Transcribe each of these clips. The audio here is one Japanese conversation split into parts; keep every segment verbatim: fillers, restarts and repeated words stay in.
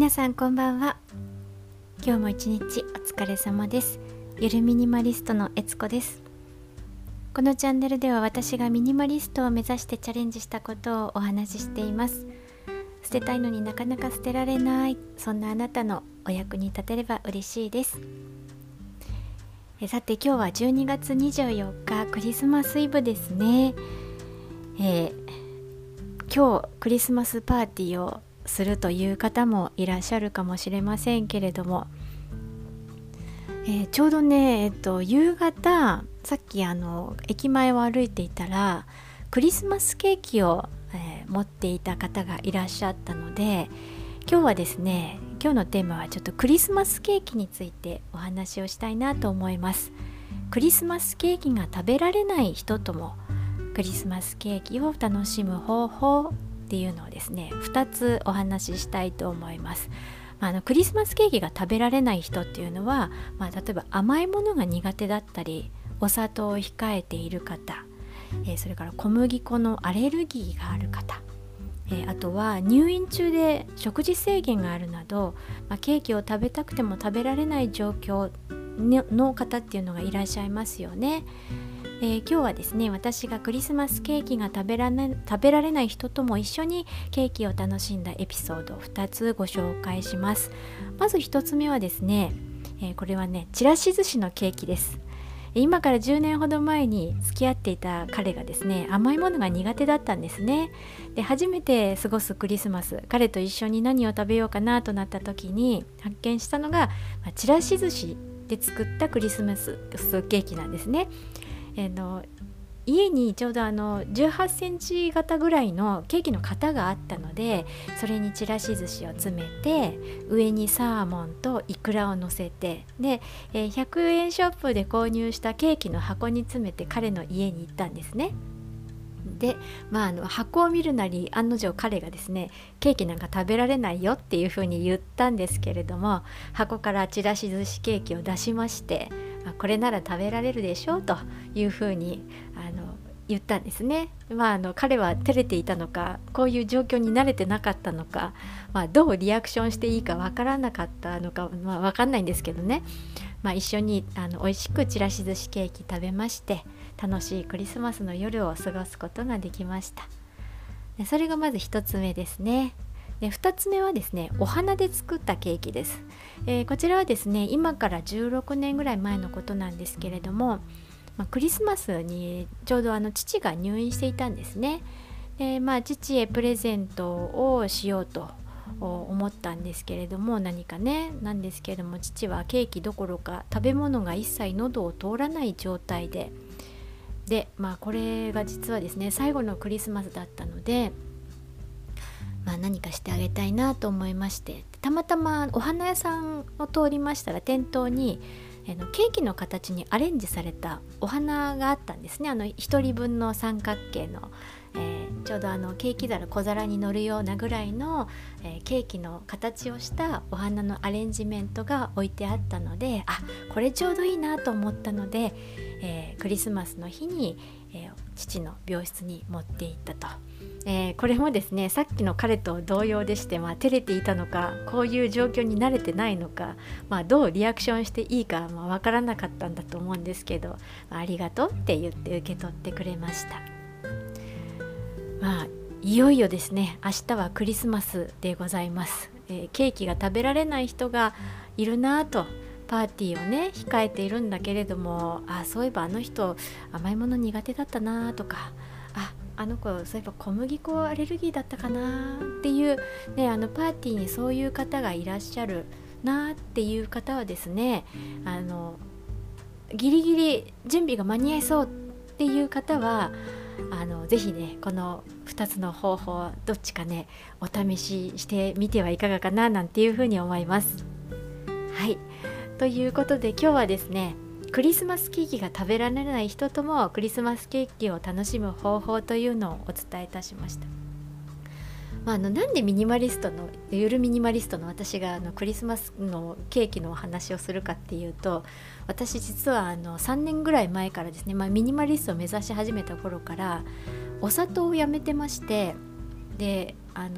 皆さんこんばんは。今日も一日お疲れ様です。ゆるミニマリストのえつこです。このチャンネルでは私がミニマリストを目指してチャレンジしたことをお話ししています。捨てたいのになかなか捨てられない、そんなあなたのお役に立てれば嬉しいです。えさて今日はじゅうにがつにじゅうよっかクリスマスイブですね。えー、今日クリスマスパーティーをするという方もいらっしゃるかもしれませんけれども、えー、ちょうどね、えっと、夕方さっきあの駅前を歩いていたらクリスマスケーキを、えー、持っていた方がいらっしゃったので、今日はですね、今日のテーマはちょっとクリスマスケーキについてお話をしたいなと思います。クリスマスケーキが食べられない人ともクリスマスケーキを楽しむ方法っていうのをですね、ふたつお話ししたいと思います。まあ、あのクリスマスケーキが食べられない人っていうのは、まあ、例えば甘いものが苦手だったり、お砂糖を控えている方、えー、それから小麦粉のアレルギーがある方、えー、あとは入院中で食事制限があるなど、まあ、ケーキを食べたくても食べられない状況の方っていうのがいらっしゃいますよね。えー、今日はですね、私がクリスマスケーキが食べられ、食べられない人とも一緒にケーキを楽しんだエピソードをふたつご紹介します。まずひとつめはですね、えー、これはね、ちらし寿司のケーキです。今からじゅうねんほど前に付き合っていた彼がですね、甘いものが苦手だったんですね。で、初めて過ごすクリスマス、彼と一緒に何を食べようかなとなった時に発見したのが、まあ、ちらし寿司で作ったクリスマスケーキなんですね。えー、の家にちょうどあのじゅうはちセンチ型ぐらいのケーキの型があったので、それにちらし寿司を詰めて、上にサーモンとイクラを乗せて、で、えー、ひゃくえんショップで購入したケーキの箱に詰めて彼の家に行ったんですね。で、まあ、あの箱を見るなり案の定彼がですね、ケーキなんか食べられないよっていうふうに言ったんですけれども、箱からちらし寿司ケーキを出しまして、これなら食べられるでしょうというふうにあの言ったんですね。まあ、あの彼は照れていたのか、こういう状況に慣れてなかったのか、まあ、どうリアクションしていいかわからなかったのか、まあ、わかんないんですけどね、まあ、一緒にあの美味しくちらし寿司ケーキ食べまして、楽しいクリスマスの夜を過ごすことができました。で、それがまずひとつめですね。で、ふたつめはですね、お花で作ったケーキです。えー、こちらはですね、今からじゅうろくねんぐらい前のことなんですけれども、まあ、クリスマスにちょうどあの父が入院していたんですね。で、まあ、父へプレゼントをしようと思ったんですけれども、何かね、なんですけれども、父はケーキどころか食べ物が一切喉を通らない状態で、で、まあ、これが実はですね、最後のクリスマスだったので、まあ、何かしてあげたいなと思いまして、たまたまお花屋さんを通りましたら、店頭にあのケーキの形にアレンジされたお花があったんですね。あのひとりぶんの三角形の、えー、ちょうどあのケーキ皿小皿に乗るようなぐらいの、えー、ケーキの形をしたお花のアレンジメントが置いてあったので、あ、これちょうどいいなと思ったので、えー、クリスマスの日に、えー、父の病室に持って行ったと。えー、これもですね、さっきの彼と同様でして、まあ、照れていたのか、こういう状況に慣れてないのか、まあ、どうリアクションしていいか、まあ、分からなかったんだと思うんですけど、まあ、ありがとうって言って受け取ってくれました。まあ、いよいよですね、明日はクリスマスでございます。えー、ケーキが食べられない人がいるなと、パーティーをね控えているんだけれども、あ、そういえばあの人甘いもの苦手だったなとか、あ、あの子そういえば小麦粉アレルギーだったかなっていう、ね、あのパーティーにそういう方がいらっしゃるなっていう方はですね、あのギリギリ準備が間に合いそうっていう方は、あのぜひね、このふたつの方法どっちかねお試ししてみてはいかがかななんていうふうに思います。はい、ということで今日はですね、クリスマスケーキが食べられない人ともクリスマスケーキを楽しむ方法というのをお伝えいたしました。まあ、あのなんでミニマリストのゆるミニマリストの私があのクリスマスのケーキのお話をするかっていうと、私実はあのさんねんぐらい前からですね、まあ、ミニマリストを目指し始めた頃からお砂糖をやめてまして、であの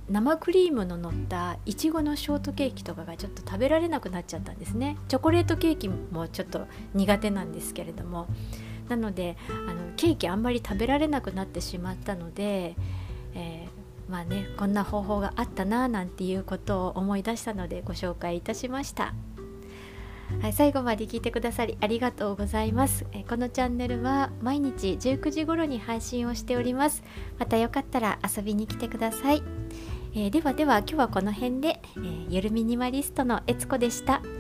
生クリームの乗ったいちごのショートケーキとかがちょっと食べられなくなっちゃったんですね。チョコレートケーキもちょっと苦手なんですけれども、なのであのケーキあんまり食べられなくなってしまったので、えー、まあねこんな方法があったななんていうことを思い出したのでご紹介いたしました。はい、最後まで聞いてくださりありがとうございます。えこのチャンネルは毎日じゅうくじ頃に配信をしております。またよかったら遊びに来てください。えー、ではでは今日はこの辺で、えー、ゆるミニマリストのえつこでした。